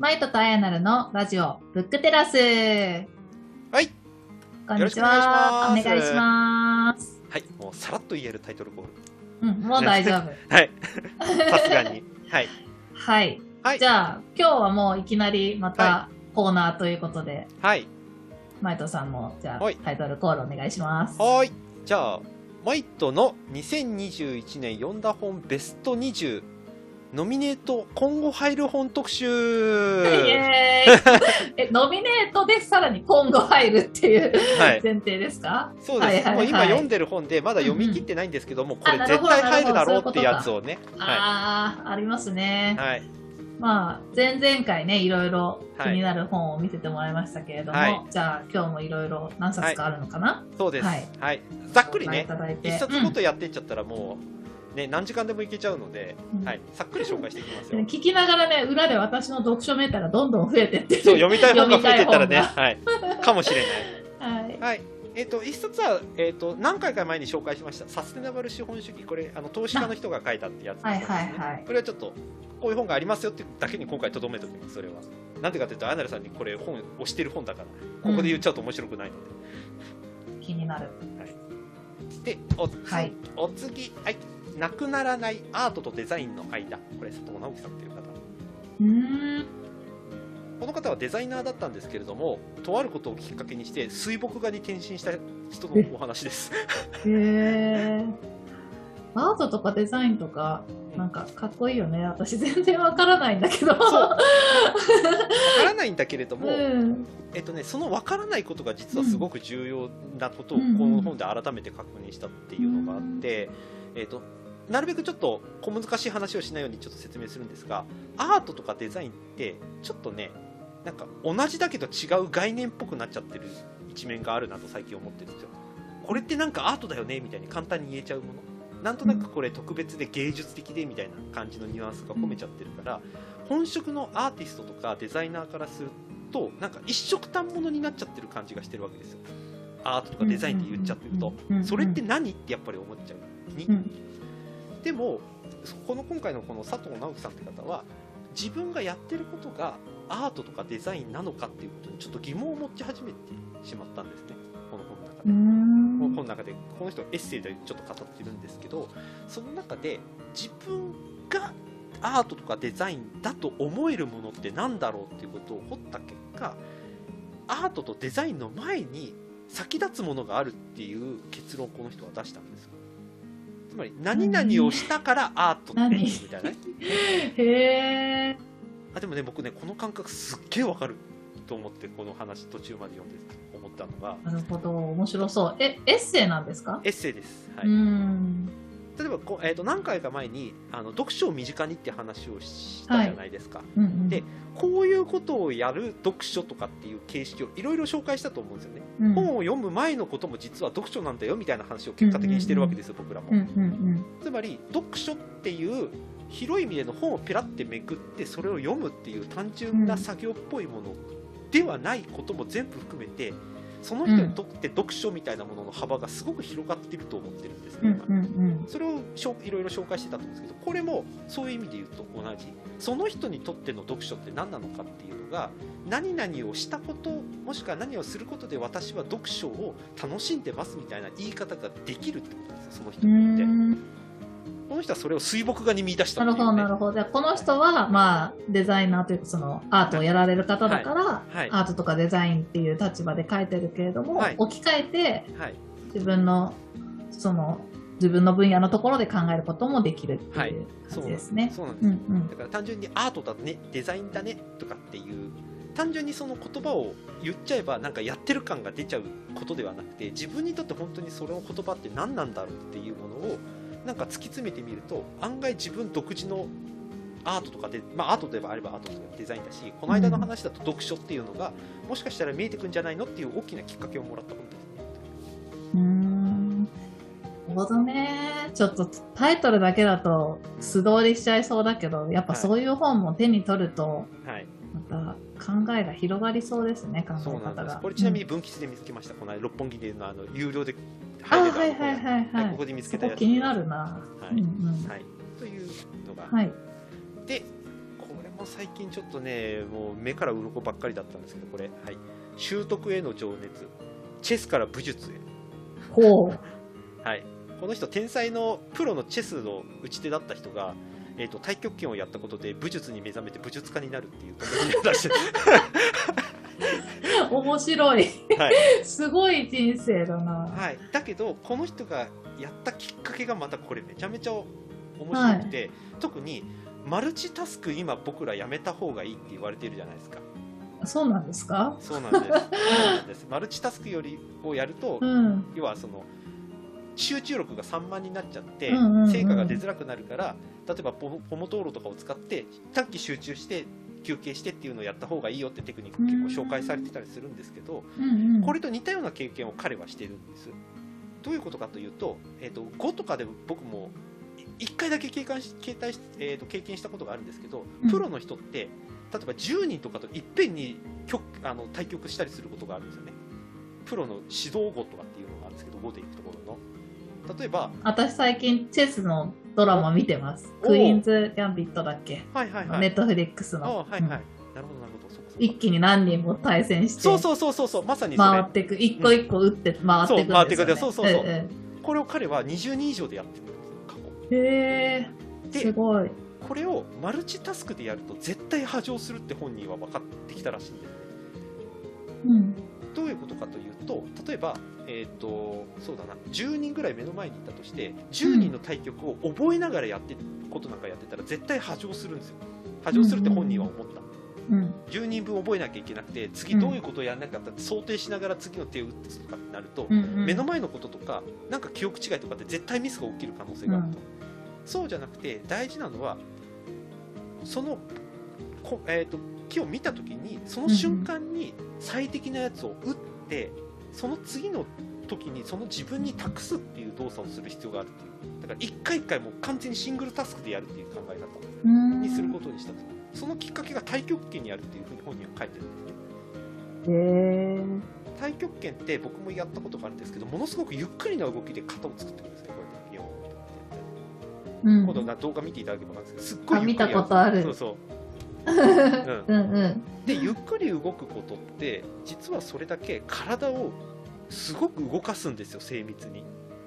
マイトとアヤナルのラジオブックテラス。 はい、 こんにちは。お願いします。 はい、もうさらっと言えるタイトルコール。 うん、もう大丈夫。 はい、さすがに。はい。 はい。はい、じゃあ、今日はもういきなりまたコーナーということで。 はい。 マイトさんも、じゃあ、タイトルコールお願いします。 はい。じゃあ、マイトの2021年読んだ本ベスト20。ノミネート今後入る本特集。 イエーイノミネートでさらに今後入るっていう前提ですか？ そうです。もう今読んでる本でまだ読み切ってないんですけども、これ絶対入るだろうってやつをね。 ありますね。 はい。 まあ、前々回ね、いろいろ気になる本を見せてもらいましたけれども、じゃあ今日もいろいろ何冊かあるのかな？ そうです。はい。ざっくりね、一冊ごとやっていっちゃったらもう、ね、何時間でもいけちゃうので、はい、さっくり紹介していきますよ。 聞きながらね、裏で私の読書メーターがどんどん増えてってそう、読みたい本が増えてったらね、はい、かもしれない。 はい。 はい。一冊は、何回か前に紹介しました、サステナバル資本主義。これ、投資家の人が書いたってやつですね。これはちょっと、こういう本がありますよってだけに今回とどめておきます、それは。なんでかというと、アナルさんにこれ本押してる本だから、ここで言っちゃうと面白くないので。気になる。 はい。で、お次、はい。なくならないアートとデザインの間。これ佐藤直樹さんという方。この方はデザイナーだったんですけれども、とあることをきっかけにして水墨画に転身した人のお話です。 へえ。アートとかデザインとかなんかかっこいいよね。私全然わからないんだけど。わからないんだけれども、そのわからないことが実はすごく重要なことをこの本で改めて確認したっていうのがあって、なるべくちょっと小難しい話をしないようにちょっと説明するんですが、アートとかデザインってちょっとね、なんか同じだけど違う概念っぽくなっちゃってる一面があるなと最近思ってるんですよ。これってなんかアートだよねみたいに簡単に言えちゃうもの、なんとなくこれ特別で芸術的でみたいな感じのニュアンスが込めちゃってるから、本職のアーティストとかデザイナーからするとなんか一色単物になっちゃってる感じがしてるわけですよ。アートとかデザインって言っちゃってると、それって何ってやっぱり思っちゃうに。でも今回のこの佐藤直樹さんって方は、自分がやってることがアートとかデザインなのかっていうことにちょっと疑問を持ち始めてしまったんですね、この本の中で。この本の中でこの人はエッセイでちょっと語ってるんですけど、その中で自分がアートとかデザインだと思えるものって何だろうっていうことを掘った結果、アートとデザインの前に先立つものがあるっていう結論をこの人は出したんですよ。つまり何々をしたからアートってみたいなね。 へー。 でもね、僕ね、この感覚すっげえわかると思って、この話途中まで読んで思ったのが。 なるほど、面白そう。エッセイなんですか？ エッセイです。はい。例えば何回か前に読書を身近にって話をしたじゃないですか。で、こういうことをやる読書とかっていう形式をいろいろ紹介したと思うんですよね。本を読む前のことも実は読書なんだよみたいな話を結果的にしてるわけですよ、僕らも。つまり読書っていう広い意味での本をペラってめくってそれを読むっていう単純な作業っぽいものではないことも全部含めて、その人にとって読書みたいなものの幅がすごく広がっていると思ってるんですね。それをいろいろ紹介してたと思うんですけど、これもそういう意味で言うと同じ、その人にとっての読書って何なのかっていうのが、何々をしたこと、もしくは何をすることで私は読書を楽しんでますみたいな言い方ができるってことですよ、その人にとって。この人はそれを水墨画に見出したっていう、ね。 なるほど。この人は、まあ、デザイナーというか、そのアートをやられる方だから、アートとかデザインっていう立場で書いてるけれども、置き換えて、自分の分野のところで考えることもできるっていう感じですね。 そうなんです。だから単純にアートだね、デザインだねとかっていう、単純にその言葉を言っちゃえばなんかやってる感が出ちゃうことではなくて、自分にとって本当にその言葉って何なんだろうっていうものをなんか突き詰めてみると、案外自分独自のアートとかで、アートであればアートとかデザインだし、この間の話だと読書っていうのがもしかしたら見えてくんじゃないのっていう大きなきっかけをもらった本ですね。 なるほどね。ちょっとタイトルだけだと素通りしちゃいそうだけど、やっぱそういう本も手に取ると、また考えが広がりそうですね、考え方が。 これちなみに分吉で見つけました。この間六本木での有料で入れたここで見つけたやつ。 気になるな。 というのが。で、これこ最近ちょっとねもう目から鱗ばっかりだったんですけど、これ、はい、習得への情熱、チェスから武術へ。 ほうはい、この人天才のプロのチェスの打ち手だった人が、太極拳をやったことで武術に目覚めて武術家になるっていうところを出して面白い、 はい、 すごい人生だな。 はい、だけどこの人がやったきっかけがまたこれめちゃめちゃ面白くて、はい、特にマルチタスク今僕らやめた方がいいって言われているじゃないですか。 そうなんですか？ そうなんです。そうなんです。マルチタスクをやると、うん、要はその集中力が散漫になっちゃって、成果が出づらくなるから、例えばポモトーロとかを使って短期集中して休憩してっていうのをやった方がいいよってテクニック結構紹介されてたりするんですけど、これと似たような経験を彼はしてるんです。どういうことかというと、Go とかで僕も1回だけ経験したことがあるんですけど、プロの人って例えば10人とかといっぺんに対局したりすることがあるんですよね。プロの指導碁とかっていうのがあるんですけど、Goでいくところの例えば、 私最近チェスのドラマ見てます。クイーンズ・ギャンビットだっけ、 はいはいはい、 ネットフリックスの。 はいはい、なるほどなるほど。 一気に何人も対戦して、 そうまさにそれ回っていく、一個一個打って回っていくんですよね。 そう、これを彼は20人以上でやってるんですよ、過去。 へー、すごい。 これをマルチタスクでやると絶対波状するって本人は分かってきたらしいんですね。うん、どういうことかというと、例えばそうだな、10人ぐらい目の前にいたとして、10人の対局を覚えながらやってることなんかやってたら絶対波状するんですよ。波状するって本人は思った。10人分覚えなきゃいけなくて、次どういうことをやらなかったって想定しながら次の手を打つとかってなると、目の前のこととかなんか記憶違いとかって絶対ミスが起きる可能性があると。そうじゃなくて大事なのは、その木を見た時にその瞬間に最適なやつを打って、その次の時にその自分に託すっていう動作をする必要があるっていう。だから一回一回もう完全にシングルタスクでやるっていう考え方にすることにしたと。そのきっかけが太極拳にあるっていうふうに本人は書いてるんですね。太極拳って僕もやったことがあるんですけど、ものすごくゆっくりな動きで型を作ってくるんですね。こうやってピヨンってやって、今度動画見ていただけば分かるんですけど、すっごいゆっくり見たことある。 そうでゆっくり動くことって実はそれだけ体をすごく動かすんですよ、精密に。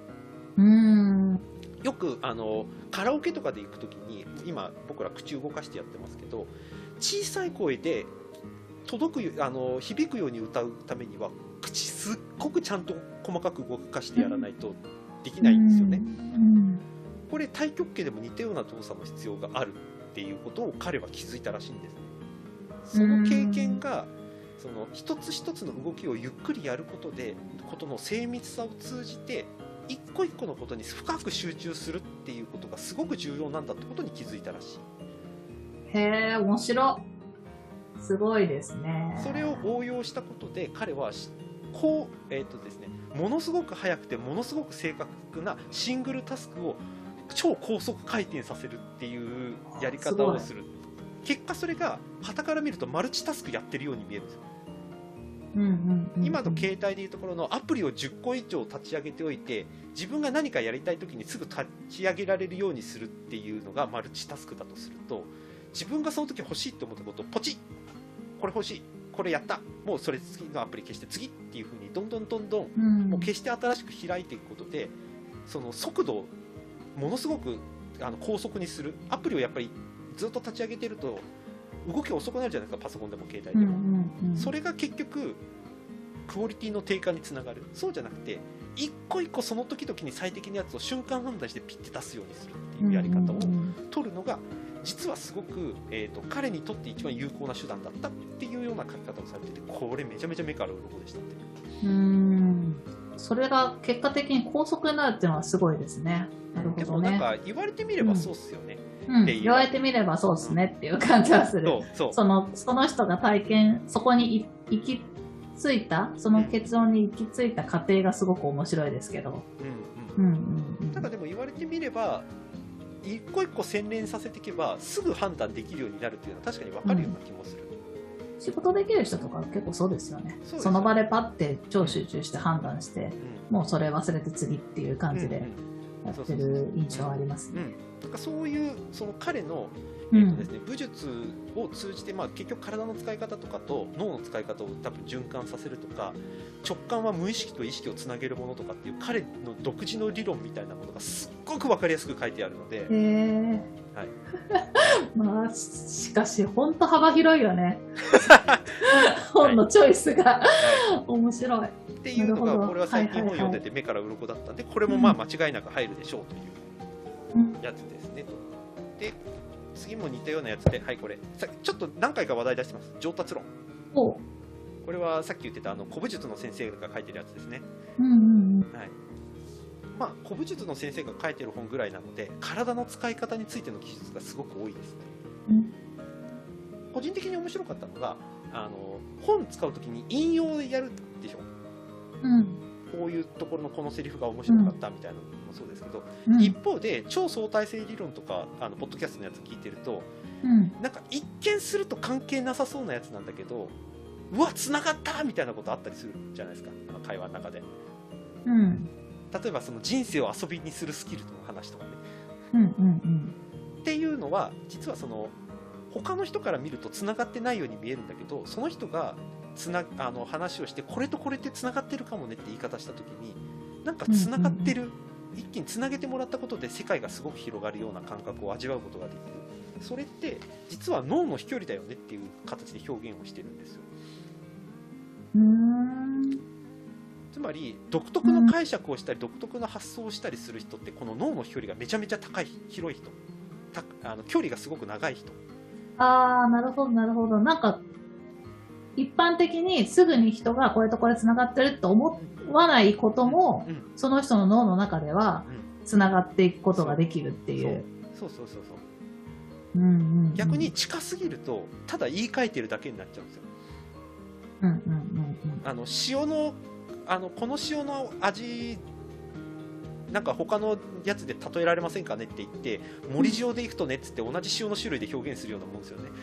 よくカラオケとかで行くときに、今僕ら口動かしてやってますけど、小さい声で響くように歌うためには口すっごくちゃんと細かく動かしてやらないとできないんですよね。これ太極拳でも似たような動作の必要があるっていうことを彼は気づいたらしいんですね。その経験がその一つ一つの動きをゆっくりやることの精密さを通じて、一個一個のことに深く集中するっていうことがすごく重要なんだってことに気づいたらしい。 へえ、面白い。すごいですね。 それを応用したことで彼はこうですね、ものすごく速くてものすごく正確なシングルタスクを超高速回転させるっていうやり方をする。結果それが傍から見るとマルチタスクやってるように見えるんですよ。今の携帯でいうところのアプリを10個以上立ち上げておいて、自分が何かやりたい時にすぐ立ち上げられるようにするっていうのがマルチタスクだとすると、自分がその時欲しいと思ったことをポチッ、これ欲しい、これやった、もうそれ次のアプリ消して次っていう風にどんどんもう消して新しく開いていくことで、その速度をものすごく高速にする。アプリをやっぱりずっと立ち上げてると動きが遅くなるじゃないですか、パソコンでも携帯でも。それが結局クオリティの低下につながる。そうじゃなくて一個一個その時々に最適なやつを瞬間判断してピッて出すようにするっていうやり方を取るのが実はすごく、彼にとって一番有効な手段だったっていうような書き方をされてて、これめちゃめちゃ目から鱗でしたって。 それが結果的に高速になるっていうのはすごいですね。なるほどね。 でもなんか言われてみればそうっすよね。 言われてみればそうですねっていう感じはする。その人が体験、そこに行き着いた、その結論に行き着いた過程がすごく面白いですけど。 ただでも言われてみれば、一個一個洗練させていけばすぐ判断できるようになるっていうのは確かに分かるような気もする。 仕事できる人とか結構そうですよね。その場でパッて超集中して判断して、もうそれ忘れて次っていう感じでやってる印象ありますね。 なんかそういうその彼のですね、武術を通じて、結局体の使い方とかと脳の使い方を多分循環させるとか、直感は無意識と意識をつなげるものとかっていう彼の独自の理論みたいなものがすっごく分かりやすく書いてあるので、はい、 しかし本当幅広いよね本のチョイスが、面白いっていうのが、これは最近本読んでて目から鱗だったんで、これも間違いなく入るでしょうというやつですね、と。で次も似たようなやつで、はい、これちょっと何回か話題出してます、上達論。これはさっき言ってた古武術の先生が書いてるやつですね。古武術の先生が書いてる本ぐらいなので、体の使い方についての記述がすごく多いですね。個人的に面白かったのが、本使うときに引用でやるでしょ、こういうところのこのセリフが面白かったみたいなのもそうですけど、一方で超相対性理論とかポッドキャストのやつ聞いてると、なんか一見すると関係なさそうなやつなんだけど、うわ繋がったみたいなことあったりするじゃないですか、会話の中で。例えばその人生を遊びにするスキルの話とかね、っていうのは実はその他の人から見ると繋がってないように見えるんだけど、その人が話をして、これとこれって繋がってるかもねって言い方した時に、なんか繋がってる、一気に繋げてもらったことで世界がすごく広がるような感覚を味わうことができる。それって実は脳の飛距離だよねっていう形で表現をしてるんですよ。つまり独特の解釈をしたり独特な発想をしたりする人って、この脳の飛距離がめちゃめちゃ高い、広い人、距離がすごく長い人。 なるほどなるほど。なんか一般的にすぐに人がこれとこれつながってると思わないことも、その人の脳の中ではつながっていくことができるっていう。 そう。逆に近すぎるとただ言い換えてるだけになっちゃうんですよ。塩のこの塩の味なんか他のやつで例えられませんかねって言って、森塩でいくとねっつって同じ塩の種類で表現するようなもんですよね。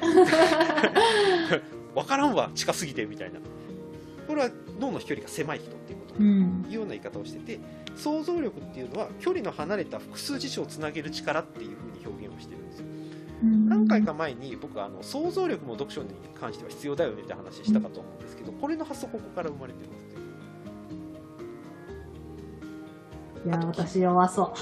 分からんわ近すぎてみたいな。これは脳の飛距離が狭い人っていうこというような言い方をしてて、想像力っていうのは距離の離れた複数事象をつなげる力っていう風に表現をしてるんですよ。何回か前に僕想像力も読書に関しては必要だよねって話したかと思うんですけど、これの発想ここから生まれてます。 いや私弱そう、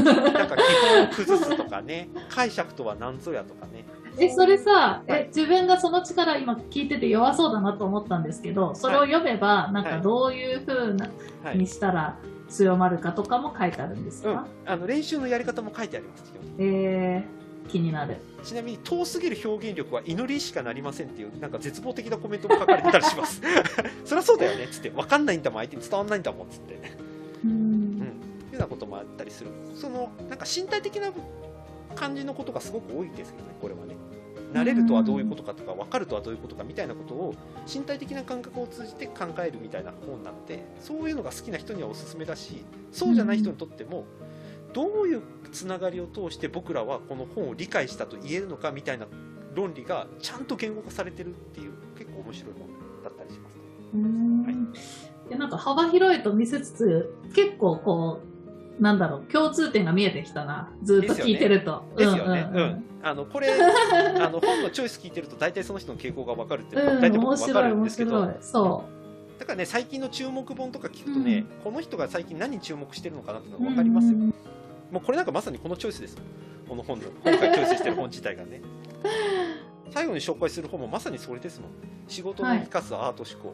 なんか基本を崩すとかね、解釈とは何ぞやとかね。 それさ、自分がその力今聞いてて弱そうだなと思ったんですけど、それを読めばなんかどういう風にしたら強まるかとかも書いてあるんですか？ 練習のやり方も書いてあります。 気になる。 ちなみに遠すぎる表現力は祈りしかなりませんっていうなんか絶望的なコメントも書かれてたりします。そりゃそうだよねっつって、分かんないんだもん、相手に伝わんないんだもんっつって。いうようなこともあったりする。そのなんか身体的な感じのことがすごく多いですけどね、これはね。慣れるとはどういうことかとか、分かるとはどういうことかみたいなことを身体的な感覚を通じて考えるみたいな本なので、そういうのが好きな人にはおすすめだし、そうじゃない人にとってもどういうつながりを通して僕らはこの本を理解したと言えるのかみたいな論理がちゃんと言語化されてるっていう、結構面白い本だったりしますね。 なんか幅広いと見せつつ、結構こうなんだろう、共通点が見えてきたな、ずっと聞いてると。 ですよね。これ本のチョイス聞いてると大体その人の傾向が分かるっていうのは大体僕分かるんですけど、だからね、最近の注目本とか聞くとね、この人が最近何に注目してるのかなっていうのが分かりますよ。もうこれなんかまさにこのチョイスです。この本の今回チョイスしてる本自体がね。最後に紹介する本もまさにそれですもん。仕事の生かすアート思考。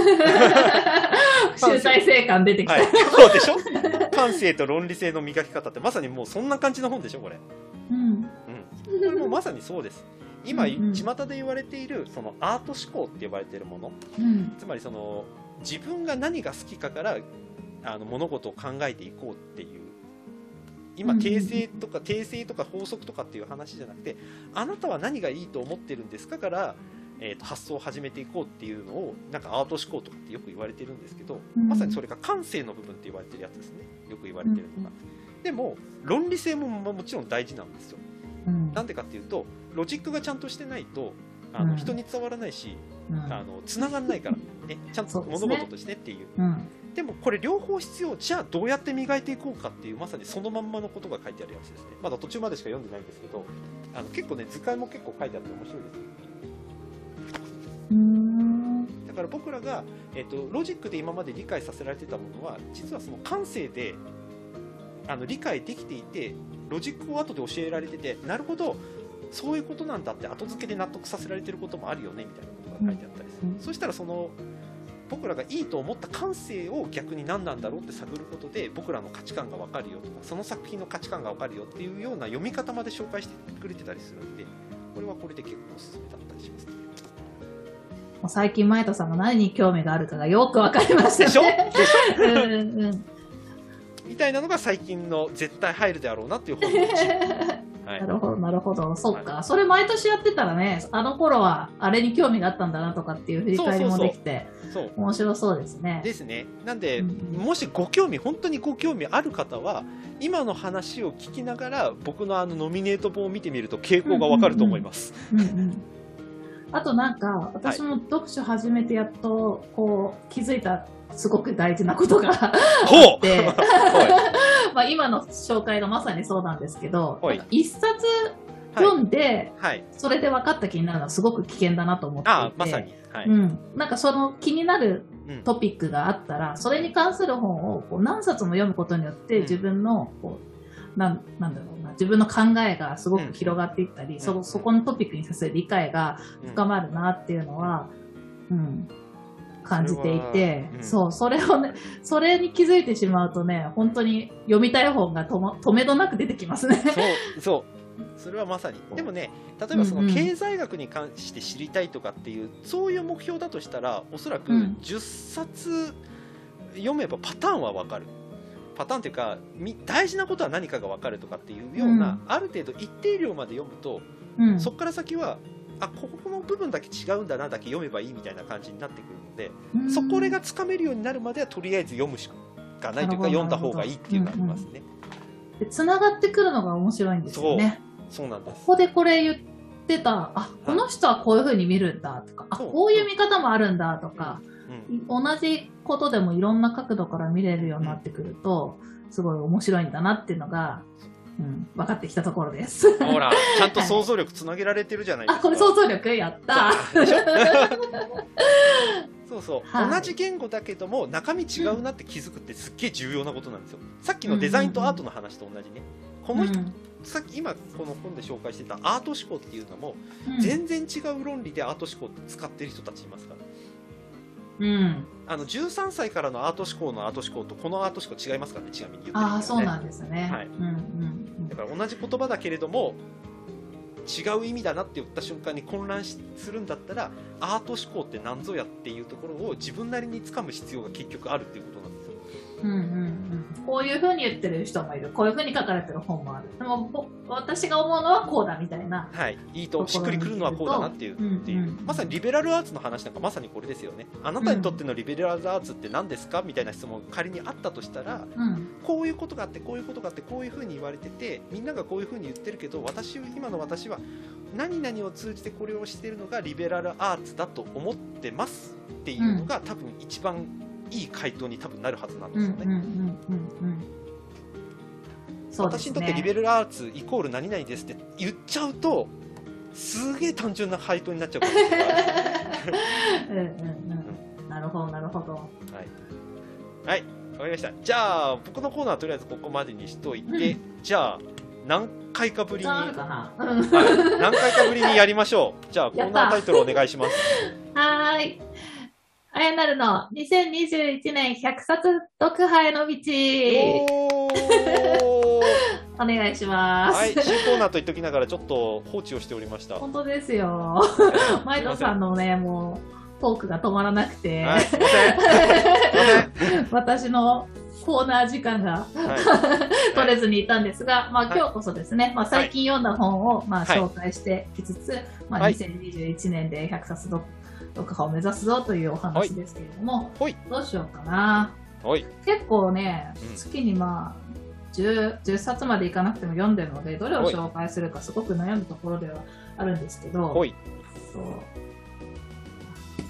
集大成感出てきた。 そうでしょ。感性と論理性の磨き方ってまさにもうそんな感じの本でしょこれ。これもまさにそうです。今巷で言われているそのアート思考って呼ばれているもの、つまりその自分が何が好きかから物事を考えていこうっていう。今定性とか法則とかっていう話じゃなくて、あなたは何がいいと思ってるんですかから、発想を始めていこうっていうのをなんかアート思考とかってよく言われてるんですけど、まさにそれが感性の部分って言われてるやつですね。よく言われてるのが。でも論理性ももちろん大事なんですよ。なんでかっていうとロジックがちゃんとしてないと人に伝わらないし、 繋がんないからね、ちゃんと物事としてっていう。でもこれ両方必要、じゃあどうやって磨いていこうかっていう、まさにそのまんまのことが書いてあるやつですね。まだ途中までしか読んでないんですけど、結構ね図解も結構書いてあって面白いです。だから僕らが、ロジックで今まで理解させられてたものは、実はその感性で理解できていて、ロジックを後で教えられてて、なるほどそういうことなんだって後付けで納得させられてることもあるよねみたいなことが書いてあったりする。そしたらその僕らがいいと思った感性を逆に何なんだろうって探ることで、僕らの価値観が分かるよとか、その作品の価値観が分かるよっていうような読み方まで紹介してくれてたりするんで、これはこれで結構おすすめだったりしますね。 最近前田さんが何に興味があるかがよく分かりましたね。でしょみたいなのが最近の絶対入るであろうなっていう本のうち。 なるほど、なるほど。そっか。それ毎年やってたらね、あの頃はあれに興味があったんだなとかっていう振り返りもできて、面白そうですね。 ですね。なんで、もしご興味、本当にご興味ある方は、今の話を聞きながら、僕のノミネート本を見てみると傾向がわかると思います。 あとなんか、私も読書始めてやっと、こう、気づいたすごく大事なことがあって、まあ今の紹介がまさにそうなんですけど、一冊読んで、それで分かった気になるのはすごく危険だなと思っていて、 まさに、 なんかその気になるトピックがあったら、それに関する本をこう何冊も読むことによって自分のこうなんだろうな、自分の考えがすごく広がっていったり、そこのトピックに対する理解が深まるなっていうのは、感じていて、それをね、それに気づいてしまうとね、本当に読みたい本が止めどなく出てきますね。 それはまさに。でもね、例えばその経済学に関して知りたいとかっていう、そういう目標だとしたら、おそらく10冊読めばパターンは分かる。パターンっていうか、大事なことは何かが分かるとかっていうような、ある程度一定量まで読むと、そこから先はここの部分だけ違うんだなだけ読めばいいみたいな感じになってくるので、そこがつかめるようになるまではとりあえず読むしかないというか、読んだ方がいいっていうのがありますね。 でつながってくるのが面白いんですよね。 そうなんです。 ここでこれ言ってた、この人はこういう風に見るんだとか、こういう見方もあるんだとか、同じことでもいろんな角度から見れるようになってくると、すごい面白いんだなっていうのが、分かってきたところです。 ほら、ちゃんと想像力つなげられてるじゃないですか。 これ想像力やった。 そうそう、同じ言語だけども中身違うなって気づくってすっげえ重要なことなんですよ。さっきのデザインとアートの話と同じね。この人、さっき今この本で紹介してたアート思考っていうのも、全然違う論理でアート思考って使ってる人たちいますから。13歳からのアート思考のアート思考とこのアート思考違いますからね、ちなみに言ってる、 そうなんですね。 だから同じ言葉だけれども違う意味だなって言った瞬間に混乱するんだったら、アート思考って何ぞやっていうところを自分なりに掴む必要が結局あるっていうことなんですよ。 こういう風に言ってる人もいる、こういう風に書かれてる本もある。でも私が思うのはこうだみたいな、 いいとしっくりくるのはこうだなっていう、まさにリベラルアーツの話なんかまさにこれですよね。あなたにとってのリベラルアーツって何ですかみたいな質問が仮にあったとしたら、こういうことがあってこういうことがあってこういう風に言われてて、みんながこういう風に言ってるけど、今の私は何々を通じてこれをしているのがリベラルアーツだと思ってますっていうのが、多分一番いい回答に多分なるはずなんですよね。私にとってリベラルアーツイコール何々ですって言っちゃうと、すげえ単純な回答になっちゃうから。 なるほどなるほど。 はい、わかりました。じゃあ僕のコーナーはとりあえずここまでにしといて、じゃあ何回かぶりに何回かぶりにやりましょう。じゃあコーナータイトルお願いします。 はい。あやなるの2021年100冊読破への道。お願いします。 はい、新コーナーと言っときながらちょっと放置をしておりました。 本当ですよ。前田さんのね、もうトークが止まらなくて、すいません。私のコーナー時間が取れずにいたんですが、まあ今日こそですね、まあ最近読んだ本をまあ紹介してきつつ、まあ2021年で100冊読破を目指すぞというお話ですけれども、どうしようかな。結構ね、月にまあ10冊までいかなくても読んでるので、どれを紹介するかすごく悩むところではあるんですけど、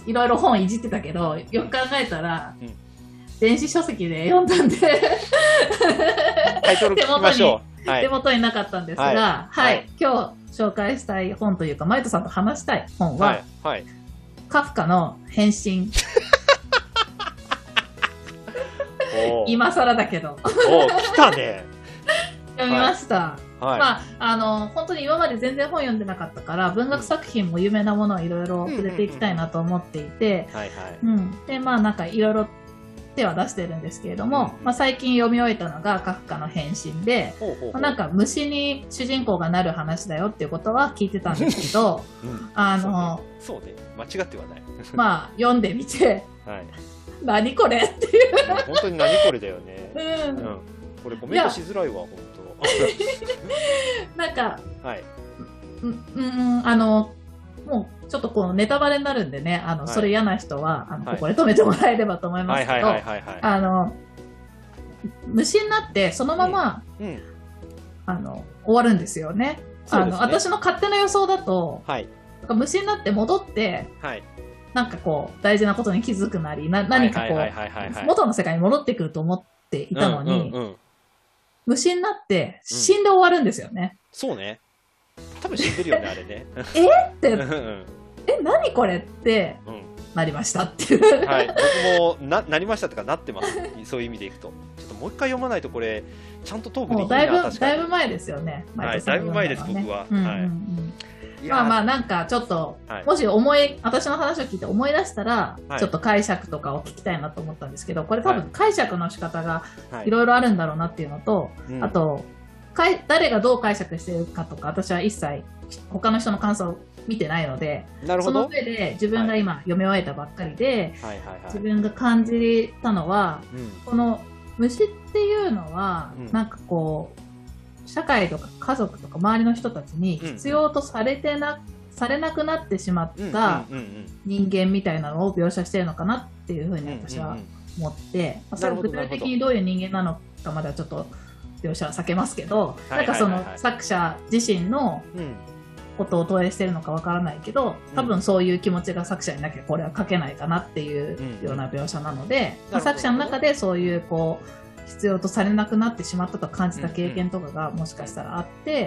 いろいろ本いじってたけど、よく考えたら、電子書籍で読んだんでタイトル聞きましょう。手元になかったんですが、はい、今日紹介したい本というか、マイトさんと話したい本は、カフカの変身。今更だけど。 来たね。 読みました。まあ、本当に今まで全然本読んでなかったから、文学作品も有名なものをいろいろ触れていきたいなと思っていて、で、まあなんかいろいろ手は出してるんですけれども、まあ最近読み終えたのがカフカの変身で、なんか虫に主人公がなる話だよっていうことは聞いてたんですけど、 そうね、間違ってはない。 まあ読んでみて、何これっていう。 本当に何これだよね。これコメントしづらいわ、本当。 なんか、もうちょっとこのネタバレになるんでね、それ嫌な人はここで止めてもらえればと思いますけど、虫になってそのまま、終わるんですよね。私の勝手な予想だと、虫になって戻って、なんかこう大事なことに気づくなり、何かこう元の世界に戻ってくると思っていたのに、虫になって死んで終わるんですよね。 そうね。多分死んでるよね、あれね。 って、何これってなりましたっていう。 はい、僕もなりましたってかなってます。そういう意味でいくと。ちょっともう一回読まないとこれちゃんとトークできないな。 だいぶ前ですよね。 はい、だいぶ前です、僕は。 まあまあなんかちょっと、もし私の話を聞いて思い出したら、ちょっと解釈とかを聞きたいなと思ったんですけど、これ多分解釈の仕方がいろいろあるんだろうなっていうのと、あと、誰がどう解釈しているかとか、私は一切他の人の感想を見てないので、その上で自分が今読み終えたばっかりで、自分が感じたのは、この虫っていうのは、なんかこう、社会とか家族とか周りの人たちに必要とされなくなってしまった人間みたいなのを描写しているのかなっていうふうに私は思って、それ具体的にどういう人間なのかまではちょっと描写は避けますけど、なんかその作者自身のことを投影してるのかわからないけど、多分そういう気持ちが作者になきゃこれは書けないかなっていうような描写なので、作者の中でそういうこう必要とされなくなってしまったと感じた経験とかがもしかしたらあって、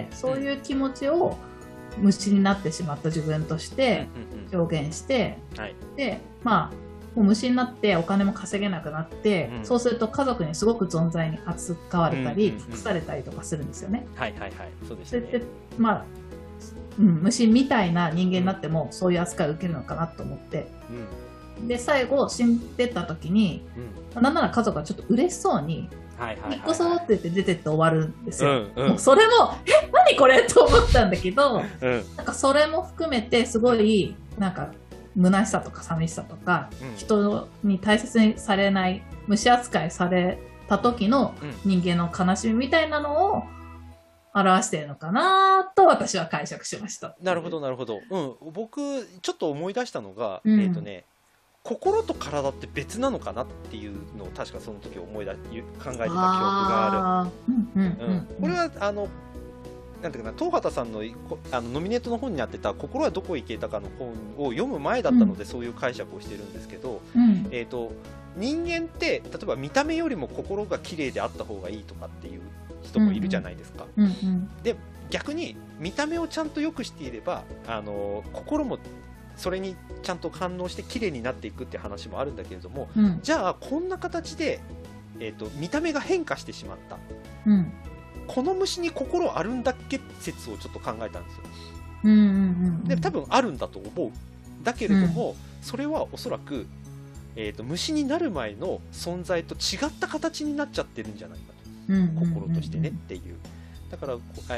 そういう気持ちを虫になってしまった自分として表現して、でまあもう虫になってお金も稼げなくなって、そうすると家族にすごく存在に扱われたり隠されたりとかするんですよね。 そうですね。 まあ虫みたいな人間になってもそういう扱いを受けるのかなと思って、で最後死んでった時に、なんなら家族がちょっと嬉しそうに「引っ越そう」って言って出てって終わるんですよ。もうそれも「何これ?」と思ったんだけど、なんかそれも含めてすごいなんか虚しさとか寂しさとか、人に大切にされない虫扱いされた時の人間の悲しみみたいなのを表しているのかなと私は解釈しました。 なるほどなるほど。僕ちょっと思い出したのが、心と体って別なのかなっていうのを確かその時考えてた記憶がある。これはなんていうかな、東畑さんのノミネートの本になってた「心はどこへ消えたか」の本を読む前だったので、そういう解釈をしてるんですけど、人間って例えば見た目よりも心が綺麗であった方がいいとかっていう人もいるじゃないですか。で逆に見た目をちゃんと良くしていれば心もそれにちゃんと反応して綺麗になっていくっていう話もあるんだけれども、じゃあこんな形で、見た目が変化してしまった、この虫に心あるんだっけ説をちょっと考えたんですよ。で多分あるんだと思う。だけれども、それはおそらく、虫になる前の存在と違った形になっちゃってるんじゃないかと、心としてねっていう。だから、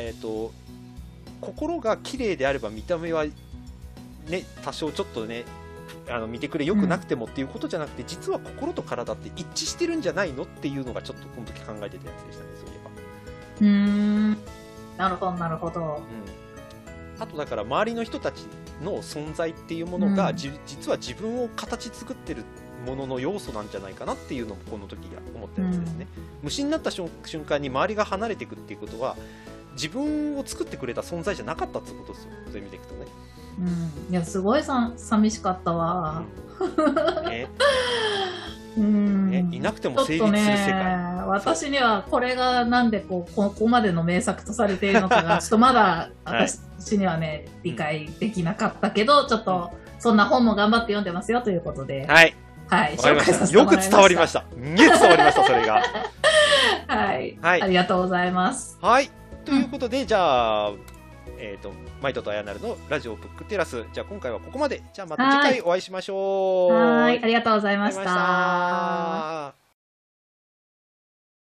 心が綺麗であれば見た目はね、多少ちょっとね見てくれよくなくてもっていうことじゃなくて、実は心と体って一致してるんじゃないのっていうのがちょっとこの時考えてたやつでしたね、そういえば。なるほどなるほど。 あとだから周りの人たちの存在っていうものが、実は自分を形作ってるものの要素なんじゃないかなっていうのもこの時思ったやつですね。虫になった瞬間に周りが離れていくっていうことは、 自分を作ってくれた存在じゃなかったってことですよ、そういう意味でいくとね。 うん、いやすごい寂しかったわ。 ねね、いなくても成立する世界。 私にはこれがなんでここまでの名作とされているのかがちょっとまだ私にはね、理解できなかったけど、ちょっとそんな本も頑張って読んでますよということで、 はい、 はい、 紹介させてもらいました。よく伝わりました。伝わりましたそれが。 はい、はい、ありがとうございます。 はい、ということで、じゃあマイトとあやなるのラジオブックテラス、じゃあ今回はここまで。じゃあまた次回お会いしましょう。 はい、ありがとうございました。